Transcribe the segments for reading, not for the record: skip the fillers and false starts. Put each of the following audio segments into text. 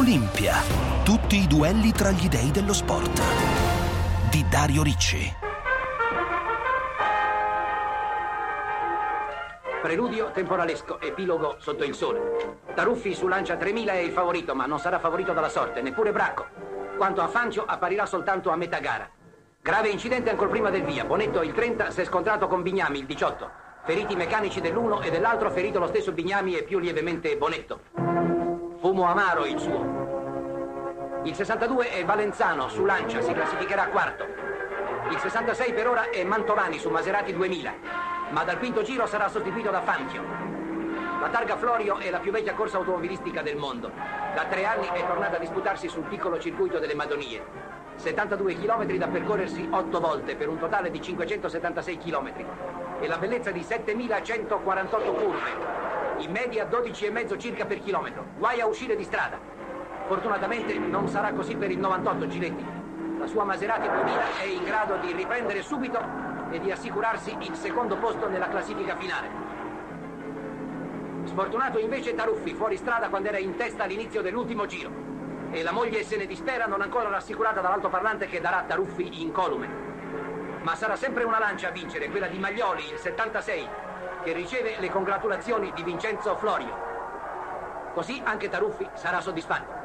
Olimpia. Tutti i duelli tra gli dei dello sport. Di Dario Ricci. Preludio temporalesco, epilogo sotto il sole. Taruffi su Lancia 3000 è il favorito, ma non sarà favorito dalla sorte, neppure Bracco. Quanto a Fangio, apparirà soltanto a metà gara. Grave incidente ancora prima del via. Bonetto, il 30, si è scontrato con Bignami, il 18. Feriti meccanici dell'uno e dell'altro, ferito lo stesso Bignami e più lievemente Bonetto. Fumo amaro il suo. Il 62 è Valenzano su Lancia, si classificherà quarto. Il 66 per ora è Mantovani su Maserati 2000, ma dal quinto giro sarà sostituito da Fangio. La targa Florio è la più vecchia corsa automobilistica del mondo. Da 3 anni è tornata a disputarsi sul piccolo circuito delle Madonie. 72 km da percorrersi 8 volte per un totale di 576 km e la bellezza di 7148 curve, in media 12,5 circa per chilometro. Guai a uscire di strada. Fortunatamente non sarà così per il 98 Giletti. La sua Maserati 2000 è in grado di riprendere subito e di assicurarsi il secondo posto nella classifica finale. Sfortunato invece Taruffi, fuori strada quando era in testa all'inizio dell'ultimo giro. E la moglie se ne dispera, non ancora rassicurata dall'altoparlante che darà Taruffi incolume. Ma sarà sempre una Lancia a vincere, quella di Maglioli, il 76, che riceve le congratulazioni di Vincenzo Florio. Così anche Taruffi sarà soddisfatto.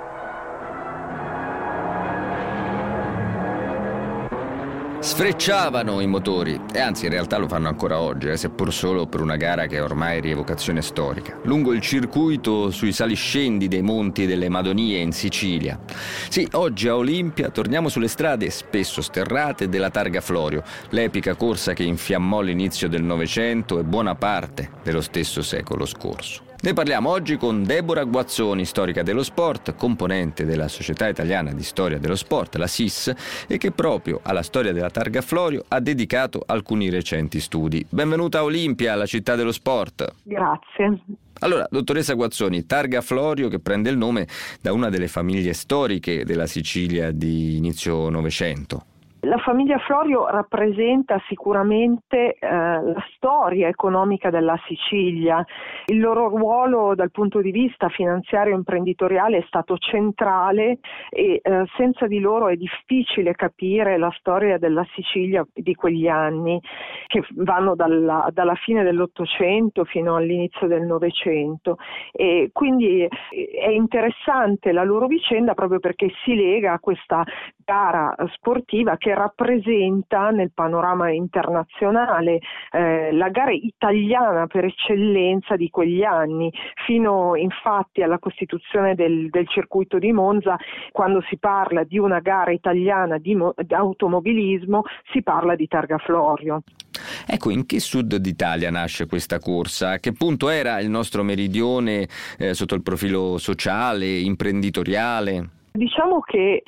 Sfrecciavano i motori, e anzi in realtà lo fanno ancora oggi, seppur solo per una gara che è ormai rievocazione storica, lungo il circuito sui saliscendi dei monti delle Madonie in Sicilia. Sì, oggi a Olimpia torniamo sulle strade spesso sterrate della targa Florio, l'epica corsa che infiammò l'inizio del Novecento e buona parte dello stesso secolo scorso. Ne parliamo oggi con Deborah Guazzoni, storica dello sport, componente della Società Italiana di Storia dello Sport, la SIS, e che proprio alla storia della targa Florio ha dedicato alcuni recenti studi. Benvenuta a Olimpia, la città dello sport. Grazie. Allora, dottoressa Guazzoni, targa Florio che prende il nome da una delle famiglie storiche della Sicilia di inizio Novecento. La famiglia Florio rappresenta sicuramente la storia economica della Sicilia. Il loro ruolo dal punto di vista finanziario e imprenditoriale è stato centrale e senza di loro è difficile capire la storia della Sicilia di quegli anni, che vanno dalla fine dell'Ottocento fino all'inizio del Novecento. E quindi è interessante la loro vicenda proprio perché si lega a questa gara sportiva che rappresenta nel panorama internazionale la gara italiana per eccellenza di quegli anni, fino infatti alla costituzione del circuito di Monza. Quando si parla di una gara italiana di automobilismo si parla di targa Florio. Ecco, in che sud d'Italia nasce questa corsa? A che punto era il nostro meridione sotto il profilo sociale, imprenditoriale? Diciamo che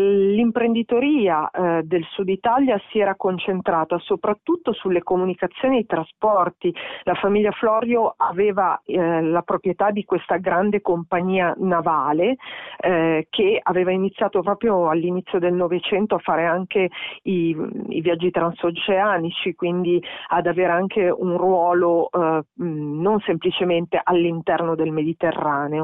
l'imprenditoria del Sud Italia si era concentrata soprattutto sulle comunicazioni e i trasporti. La famiglia Florio aveva la proprietà di questa grande compagnia navale che aveva iniziato proprio all'inizio del Novecento a fare anche i viaggi transoceanici, quindi ad avere anche un ruolo non semplicemente all'interno del Mediterraneo.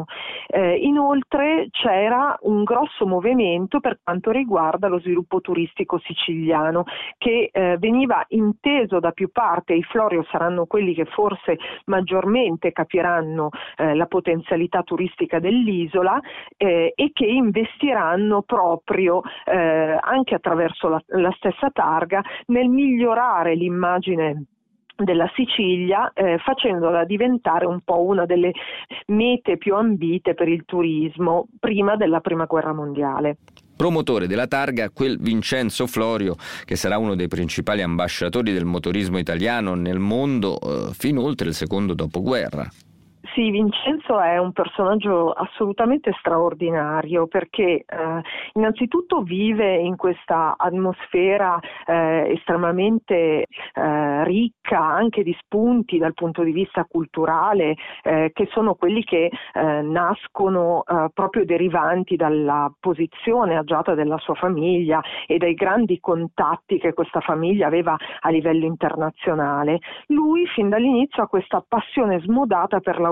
Inoltre c'era un grosso movimento per quanto riguarda lo sviluppo turistico siciliano che veniva inteso da più parti. I Florio saranno quelli che forse maggiormente capiranno la potenzialità turistica dell'isola e che investiranno proprio anche attraverso la stessa targa nel migliorare l'immagine della Sicilia, facendola diventare un po' una delle mete più ambite per il turismo prima della Prima Guerra Mondiale. Promotore della targa quel Vincenzo Florio, che sarà uno dei principali ambasciatori del motorismo italiano nel mondo fino oltre il secondo dopoguerra. Sì, Vincenzo è un personaggio assolutamente straordinario perché innanzitutto vive in questa atmosfera estremamente ricca anche di spunti dal punto di vista culturale che sono quelli che nascono proprio derivanti dalla posizione agiata della sua famiglia e dai grandi contatti che questa famiglia aveva a livello internazionale. Lui fin dall'inizio ha questa passione smodata per l'automobilismo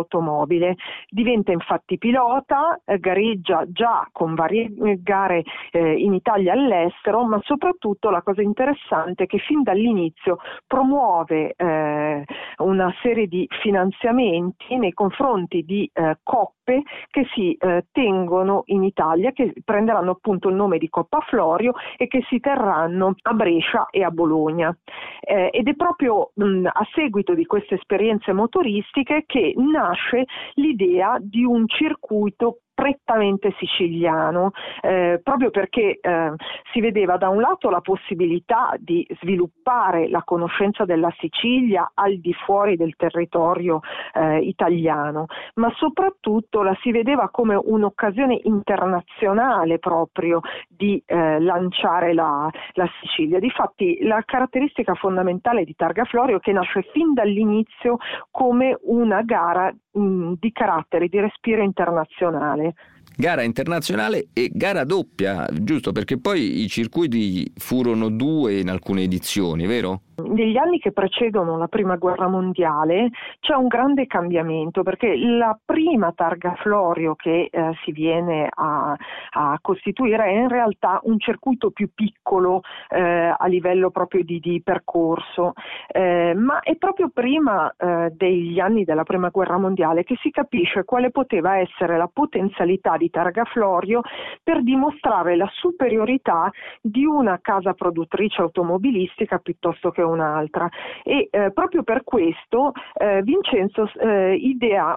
dell'automobile. Diventa infatti pilota, gareggia già con varie gare in Italia e all'estero, ma soprattutto la cosa interessante è che fin dall'inizio promuove una serie di finanziamenti nei confronti di coppe che si tengono in Italia, che prenderanno appunto il nome di Coppa Florio e che si terranno a Brescia e a Bologna. Ed è proprio a seguito di queste esperienze motoristiche che nasce l'idea di un circuito prettamente siciliano, proprio perché si vedeva da un lato la possibilità di sviluppare la conoscenza della Sicilia al di fuori del territorio italiano, ma soprattutto la si vedeva come un'occasione internazionale proprio di lanciare la Sicilia. Difatti la caratteristica fondamentale di Targa Florio è che nasce fin dall'inizio come una gara di carattere, di respiro internazionale. Gara internazionale e gara doppia, giusto? Perché poi i circuiti furono 2 in alcune edizioni, vero? Negli anni che precedono la Prima Guerra Mondiale c'è un grande cambiamento, perché la prima Targa Florio che si viene a costituire è in realtà un circuito più piccolo a livello proprio di percorso, ma è proprio prima degli anni della Prima Guerra Mondiale che si capisce quale poteva essere la potenzialità di Targa Florio per dimostrare la superiorità di una casa produttrice automobilistica piuttosto che un'altra, e proprio per questo Vincenzo idea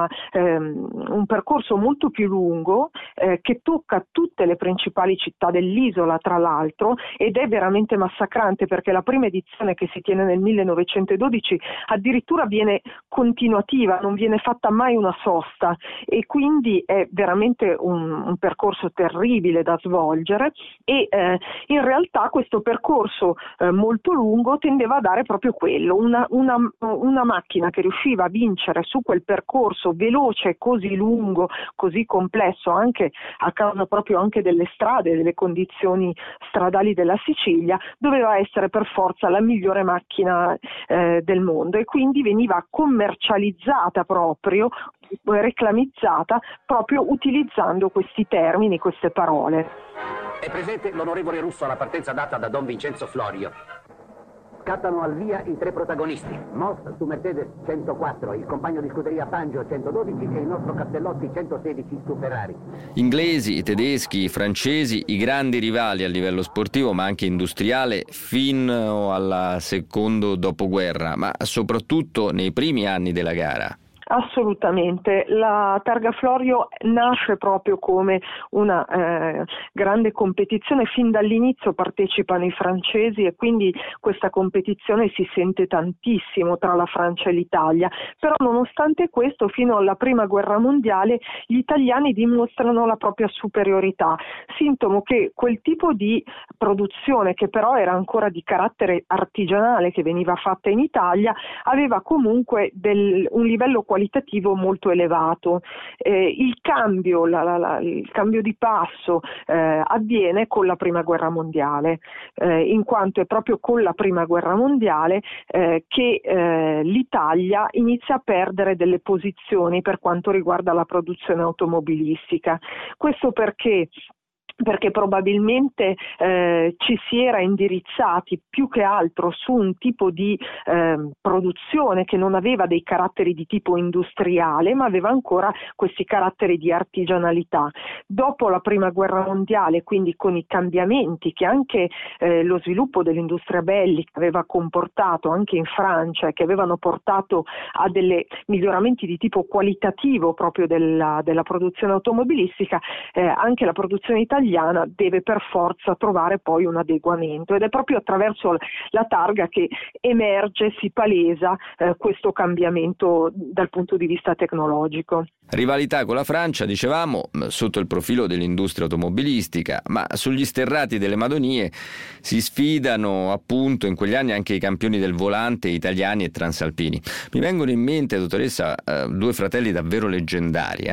un percorso molto più lungo che tocca tutte le principali città dell'isola, tra l'altro, ed è veramente massacrante, perché la prima edizione, che si tiene nel 1912, addirittura viene continuativa, non viene fatta mai una sosta, e quindi è veramente un percorso terribile da svolgere, e in realtà questo percorso molto lungo tendeva a dare proprio quello, una macchina che riusciva a vincere su quel percorso veloce, così lungo, così complesso, anche a causa proprio anche delle strade, delle condizioni stradali della Sicilia, doveva essere per forza la migliore macchina del mondo, e quindi veniva commercializzata proprio, reclamizzata proprio utilizzando questi termini, queste parole. È presente l'onorevole Russo alla partenza data da Don Vincenzo Florio. Scattano al via i 3 protagonisti: Moss su Mercedes 104, il compagno di scuderia Fangio 112 e il nostro Castellotti 116 su Ferrari. Inglesi, tedeschi, francesi, i grandi rivali a livello sportivo ma anche industriale fino al secondo dopoguerra, ma soprattutto nei primi anni della gara. Assolutamente, la Targa Florio nasce proprio come una grande competizione. Fin dall'inizio partecipano i francesi e quindi questa competizione si sente tantissimo tra la Francia e l'Italia, però nonostante questo fino alla Prima Guerra Mondiale gli italiani dimostrano la propria superiorità, sintomo che quel tipo di produzione, che però era ancora di carattere artigianale, che veniva fatta in Italia, aveva comunque un livello qualitativo molto elevato. Il cambio di passo avviene con la Prima Guerra Mondiale, in quanto è proprio con la Prima Guerra Mondiale che l'Italia inizia a perdere delle posizioni per quanto riguarda la produzione automobilistica. Questo perché probabilmente ci si era indirizzati più che altro su un tipo di produzione che non aveva dei caratteri di tipo industriale, ma aveva ancora questi caratteri di artigianalità. Dopo la Prima Guerra Mondiale, quindi con i cambiamenti che anche lo sviluppo dell'industria bellica aveva comportato anche in Francia, e che avevano portato a delle miglioramenti di tipo qualitativo proprio della produzione automobilistica, anche la produzione italiana deve per forza trovare poi un adeguamento, ed è proprio attraverso la Targa che emerge, si palesa questo cambiamento dal punto di vista tecnologico. Rivalità con la Francia, dicevamo, sotto il profilo dell'industria automobilistica, ma sugli sterrati delle Madonie si sfidano appunto in quegli anni anche i campioni del volante italiani e transalpini. Mi vengono in mente, dottoressa, 2 fratelli davvero leggendari,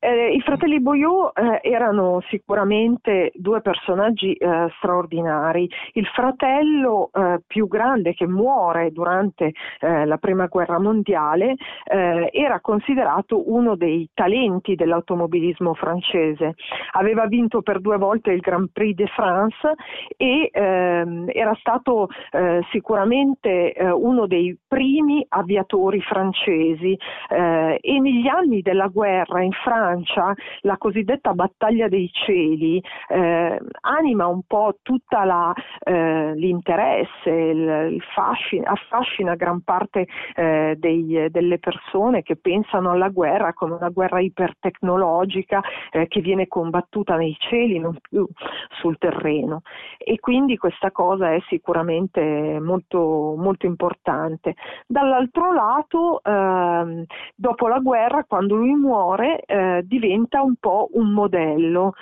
I fratelli Boyot erano sicuramente due personaggi straordinari. Il fratello più grande, che muore durante la Prima Guerra Mondiale, era considerato uno dei talenti dell'automobilismo francese. Aveva vinto per 2 volte il Grand Prix de France e era stato sicuramente uno dei primi aviatori francesi, e negli anni della guerra in Francia la cosiddetta battaglia dei cieli anima un po' tutta l'interesse, il fascino, affascina gran parte delle persone che pensano alla guerra come una guerra ipertecnologica che viene combattuta nei cieli, non più sul terreno, e quindi questa cosa è sicuramente molto, molto importante. Dall'altro lato, dopo la guerra, quando lui muore, diventa un po' un modello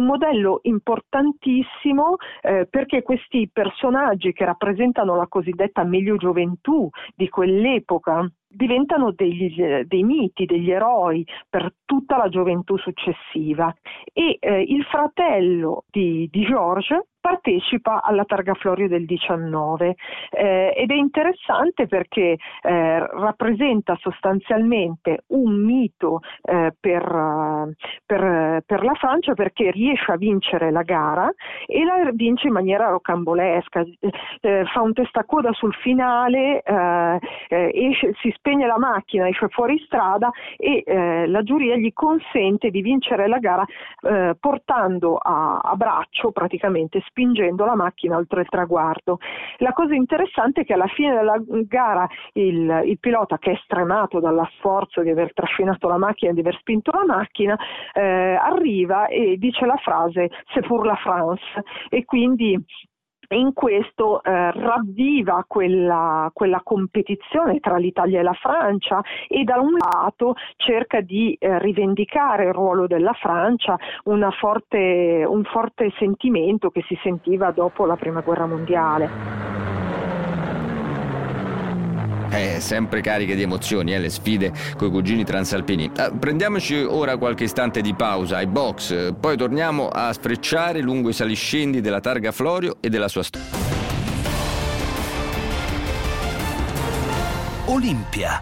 importantissimo, perché questi personaggi che rappresentano la cosiddetta meglio gioventù di quell'epoca diventano dei miti, degli eroi per tutta la gioventù successiva, e il fratello di Georges partecipa alla Targa Florio del 19 ed è interessante perché rappresenta sostanzialmente un mito per la Francia, perché riesce a vincere la gara e la vince in maniera rocambolesca, fa un testacoda sul finale, si spegne la macchina, esce fuori strada e la giuria gli consente di vincere la gara portando a braccio, praticamente spingendo la macchina oltre il traguardo. La cosa interessante è che alla fine della gara il pilota, che è stremato dallo sforzo di aver trascinato la macchina e di aver spinto la macchina, arriva e dice la frase "C'est pour la France", e quindi in questo ravviva quella competizione tra l'Italia e la Francia, e da un lato cerca di rivendicare il ruolo della Francia, un forte sentimento che si sentiva dopo la Prima Guerra Mondiale. Sempre cariche di emozioni, le sfide coi cugini transalpini. Prendiamoci ora qualche istante di pausa ai box, poi torniamo a sfrecciare lungo i saliscendi della Targa Florio e della sua storia. Olimpia.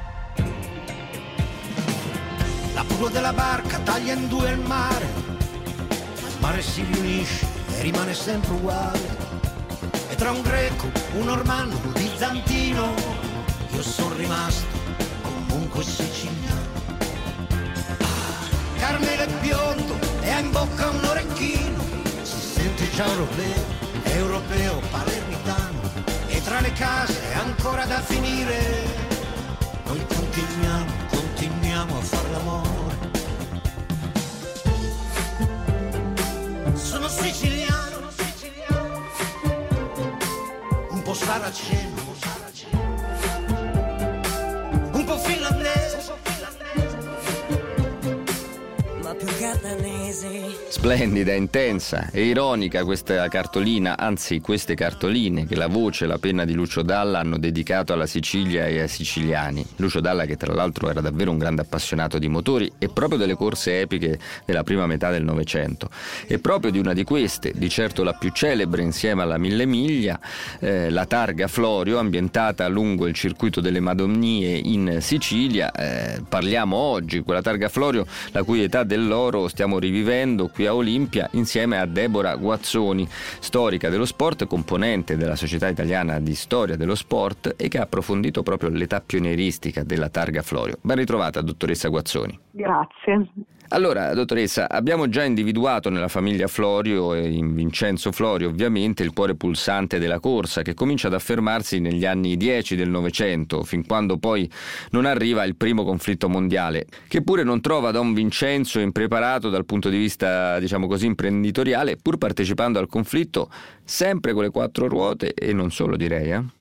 La prua della barca taglia in 2 il mare, ma il mare si riunisce e rimane sempre uguale. E tra un greco, un normanno, un bizantino, io sono rimasto comunque siciliano. Carne e biondo e ha in bocca un orecchino, si sente già europeo, palermitano. E tra le case è ancora da finire, noi continuiamo a far l'amore. Sono siciliano, un po' saraceno, un po' finlandese, ma più catanese. Splendida, intensa e ironica questa cartolina, anzi queste cartoline che la voce e la penna di Lucio Dalla hanno dedicato alla Sicilia e ai siciliani. Lucio Dalla, che tra l'altro era davvero un grande appassionato di motori e proprio delle corse epiche della prima metà del Novecento. E proprio di una di queste, di certo la più celebre insieme alla Mille Miglia, la Targa Florio, ambientata lungo il circuito delle Madonie in Sicilia, parliamo oggi. Quella Targa Florio la cui età dell'oro stiamo rivivendo qui a Olimpia insieme a Deborah Guazzoni, storica dello sport, componente della Società Italiana di Storia dello Sport, e che ha approfondito proprio l'età pionieristica della Targa Florio. Ben ritrovata, dottoressa Guazzoni. Grazie. Allora, dottoressa, abbiamo già individuato nella famiglia Florio e in Vincenzo Florio ovviamente il cuore pulsante della corsa, che comincia ad affermarsi negli anni 10 del Novecento, fin quando poi non arriva il primo conflitto mondiale, che pure non trova Don Vincenzo impreparato dal punto di vista, diciamo così, imprenditoriale, pur partecipando al conflitto sempre con le 4 ruote e non solo, direi.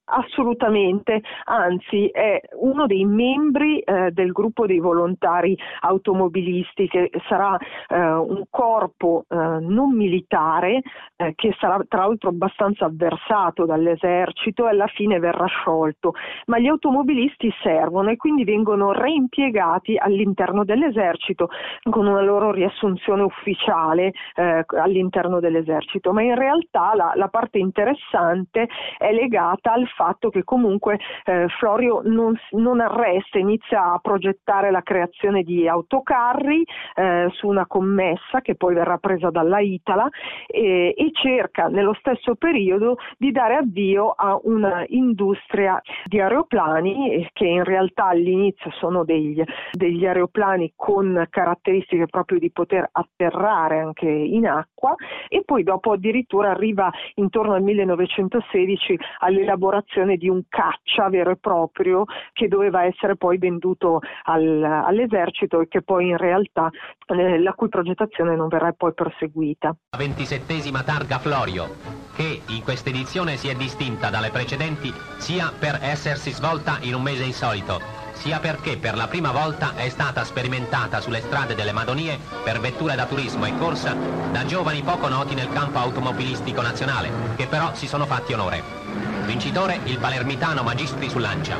Assolutamente, anzi è uno dei membri del gruppo dei volontari automobilisti, che sarà un corpo non militare che sarà tra l'altro abbastanza avversato dall'esercito e alla fine verrà sciolto, ma gli automobilisti servono e quindi vengono reimpiegati all'interno dell'esercito con una loro riassunzione ufficiale all'interno dell'esercito, ma in realtà la parte interessante è legata al fatto che comunque Florio non arresta, inizia a progettare la creazione di autocarri su una commessa che poi verrà presa dalla Itala e cerca nello stesso periodo di dare avvio a una industria di aeroplani che in realtà all'inizio sono degli aeroplani con caratteristiche proprio di poter atterrare anche in acqua, e poi dopo addirittura arriva intorno al 1916 all'elaborazione di un caccia vero e proprio che doveva essere poi venduto all'esercito e che poi in realtà la cui progettazione non verrà poi proseguita. La 27ª targa Florio, che in questa edizione si è distinta dalle precedenti sia per essersi svolta in un mese insolito, sia perché per la prima volta è stata sperimentata sulle strade delle Madonie per vetture da turismo e corsa da giovani poco noti nel campo automobilistico nazionale, che però si sono fatti onore. Vincitore il palermitano Magistri su Lancia.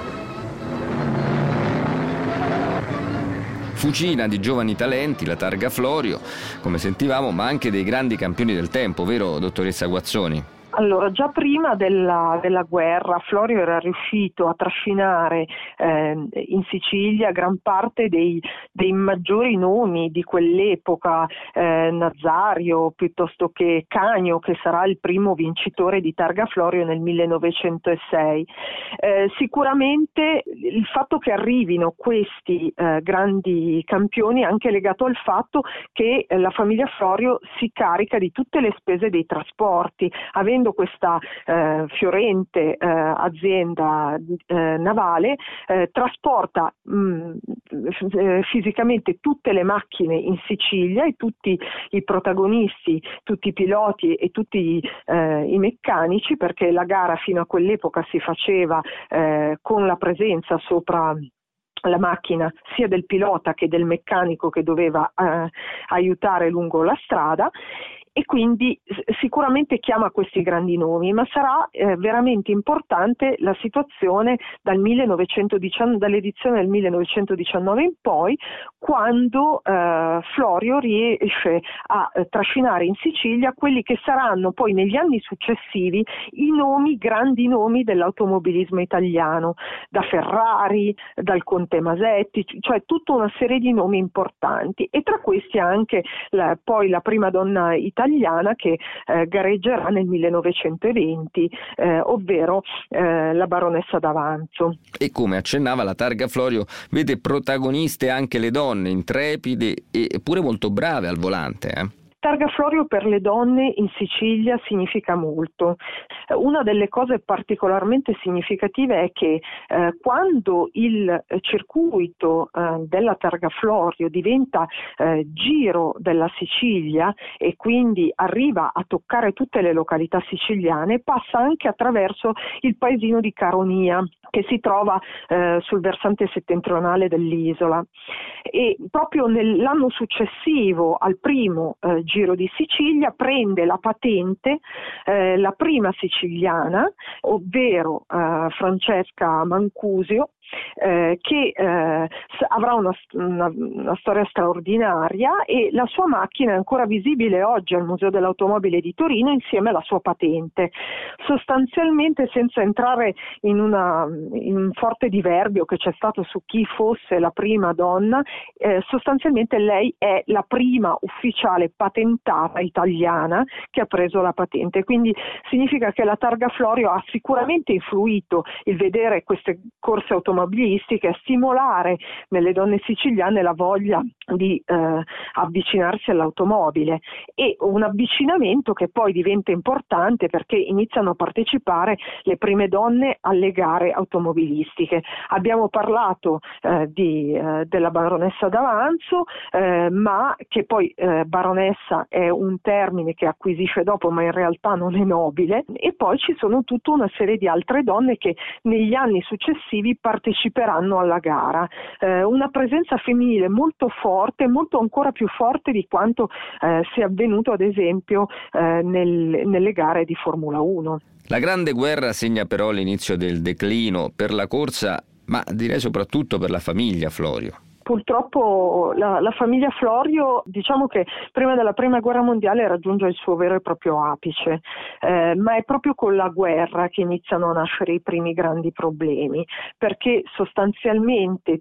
Fucina di giovani talenti, la targa Florio, come sentivamo, ma anche dei grandi campioni del tempo, vero dottoressa Guazzoni? Allora, già prima della guerra Florio era riuscito a trascinare in Sicilia gran parte dei maggiori nomi di quell'epoca, Nazario piuttosto che Canio, che sarà il primo vincitore di targa Florio nel 1906. Sicuramente il fatto che arrivino questi grandi campioni è anche legato al fatto che la famiglia Florio si carica di tutte le spese dei trasporti, avendo questa fiorente azienda navale, trasporta fisicamente tutte le macchine in Sicilia e tutti i protagonisti, tutti i piloti e tutti i meccanici, perché la gara fino a quell'epoca si faceva con la presenza sopra la macchina sia del pilota che del meccanico che doveva aiutare lungo la strada. E quindi sicuramente chiama questi grandi nomi, ma sarà veramente importante la situazione dall'edizione del 1919 in poi, quando Florio riesce a trascinare in Sicilia quelli che saranno poi negli anni successivi i grandi nomi dell'automobilismo italiano, da Ferrari, dal Conte Masetti, cioè tutta una serie di nomi importanti, e tra questi anche poi la prima donna italiana che gareggerà nel 1920, ovvero la baronessa d'Avanzo. E come accennava, la targa Florio vede protagoniste anche le donne, intrepide e pure molto brave al volante. Targa Florio per le donne in Sicilia significa molto. Una delle cose particolarmente significative è che quando il circuito della Targa Florio diventa giro della Sicilia e quindi arriva a toccare tutte le località siciliane, passa anche attraverso il paesino di Caronia, che si trova sul versante settentrionale dell'isola, e proprio nell'anno successivo al primo Giro di Sicilia prende la patente la prima siciliana, ovvero Francesca Mancusio, che avrà una storia straordinaria, e la sua macchina è ancora visibile oggi al Museo dell'Automobile di Torino insieme alla sua patente. Sostanzialmente, senza entrare in un forte diverbio che c'è stato su chi fosse la prima donna, sostanzialmente lei è la prima ufficiale patentata italiana che ha preso la patente, quindi significa che la Targa Florio ha sicuramente influito il vedere queste corse automobilistiche automobilistiche, a stimolare nelle donne siciliane la voglia di avvicinarsi all'automobile, e un avvicinamento che poi diventa importante perché iniziano a partecipare le prime donne alle gare automobilistiche. Abbiamo parlato della baronessa d'Avanzo, ma che poi baronessa è un termine che acquisisce dopo, ma in realtà non è nobile, e poi ci sono tutta una serie di altre donne che negli anni successivi parteciperanno alla gara. Una presenza femminile molto forte, molto ancora più forte di quanto sia avvenuto ad esempio nelle gare di Formula 1. La Grande Guerra segna però l'inizio del declino per la corsa, ma direi soprattutto per la famiglia Florio. Purtroppo la famiglia Florio, diciamo che prima della Prima Guerra Mondiale raggiunge il suo vero e proprio apice, ma è proprio con la guerra che iniziano a nascere i primi grandi problemi, perché sostanzialmente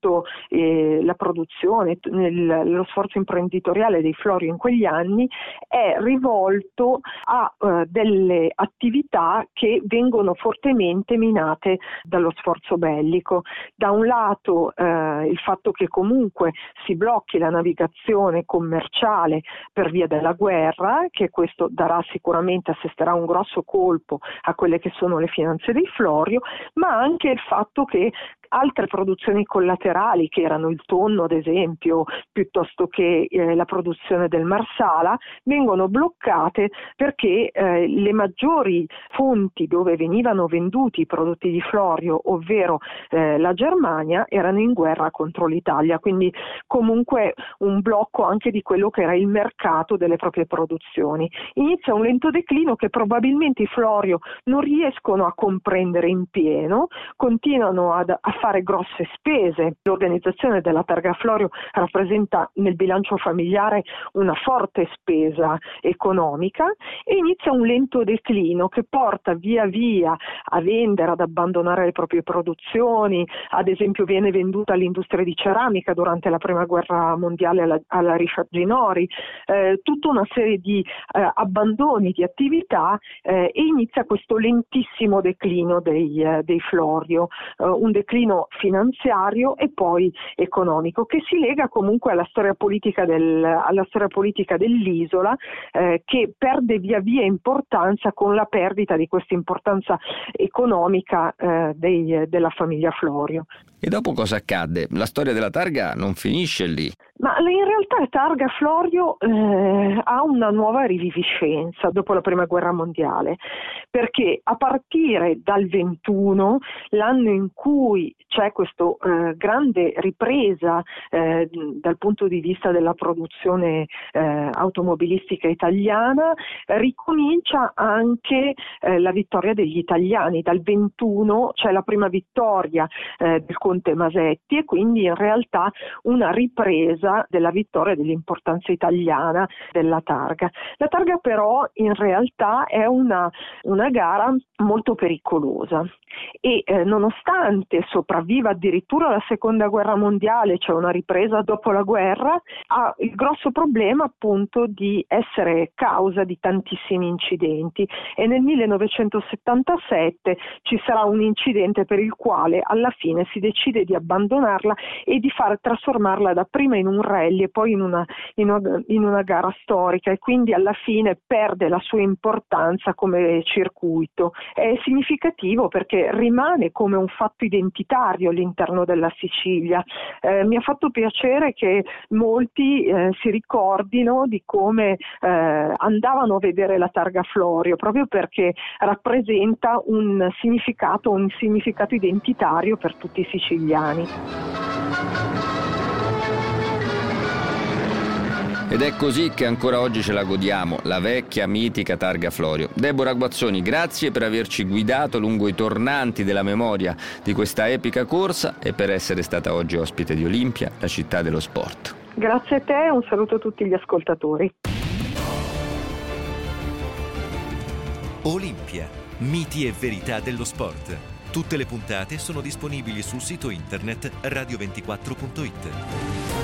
la produzione, lo sforzo imprenditoriale dei Florio in quegli anni è rivolto a delle attività che vengono fortemente minate dallo sforzo bellico. Da un lato il fatto che comunque si blocchi la navigazione commerciale per via della guerra, che questo darà sicuramente, assesterà un grosso colpo a quelle che sono le finanze dei Florio, ma anche il fatto che altre produzioni collaterali, che erano il tonno ad esempio, piuttosto che la produzione del Marsala, vengono bloccate perché le maggiori fonti dove venivano venduti i prodotti di Florio, ovvero la Germania, erano in guerra contro l'Italia, quindi comunque un blocco anche di quello che era il mercato delle proprie produzioni. Inizia un lento declino che probabilmente i Florio non riescono a comprendere in pieno, continuano a fare grosse spese. L'organizzazione della Targa Florio rappresenta nel bilancio familiare una forte spesa economica, e inizia un lento declino che porta via via a vendere, ad abbandonare le proprie produzioni. Ad esempio viene venduta all'industria di ceramica durante la Prima Guerra Mondiale alla Richard Ginori, tutta una serie di abbandoni di attività, e inizia questo lentissimo declino dei Florio, un declino finanziario e poi economico, che si lega comunque alla storia politica dell'isola, che perde via via importanza con la perdita di questa importanza economica della famiglia Florio. E dopo cosa accadde? La storia della targa non finisce lì. Ma in realtà la Targa Florio ha una nuova riviviscenza dopo la Prima Guerra Mondiale, perché a partire dal 21, l'anno in cui c'è questa grande ripresa dal punto di vista della produzione automobilistica italiana, ricomincia anche la vittoria degli italiani. Dal 21 c'è la prima vittoria del Conte Masetti, e quindi in realtà una ripresa della vittoria e dell'importanza italiana della targa. La targa però in realtà è una gara molto pericolosa, e nonostante sopravviva addirittura la Seconda Guerra Mondiale, cioè una ripresa dopo la guerra, ha il grosso problema appunto di essere causa di tantissimi incidenti, e nel 1977 ci sarà un incidente per il quale alla fine si decide di abbandonarla e di trasformarla dapprima in un rally e poi in una gara storica, e quindi alla fine perde la sua importanza come circuito. È significativo perché rimane come un fatto identitario all'interno della Sicilia. Mi ha fatto piacere che molti si ricordino di come andavano a vedere la Targa Florio, proprio perché rappresenta un significato identitario per tutti i siciliani. Ed è così che ancora oggi ce la godiamo, la vecchia mitica Targa Florio. Deborah Guazzoni, grazie per averci guidato lungo i tornanti della memoria di questa epica corsa e per essere stata oggi ospite di Olimpia, la città dello sport. Grazie a te e un saluto a tutti gli ascoltatori. Olimpia, miti e verità dello sport. Tutte le puntate sono disponibili sul sito internet radio24.it.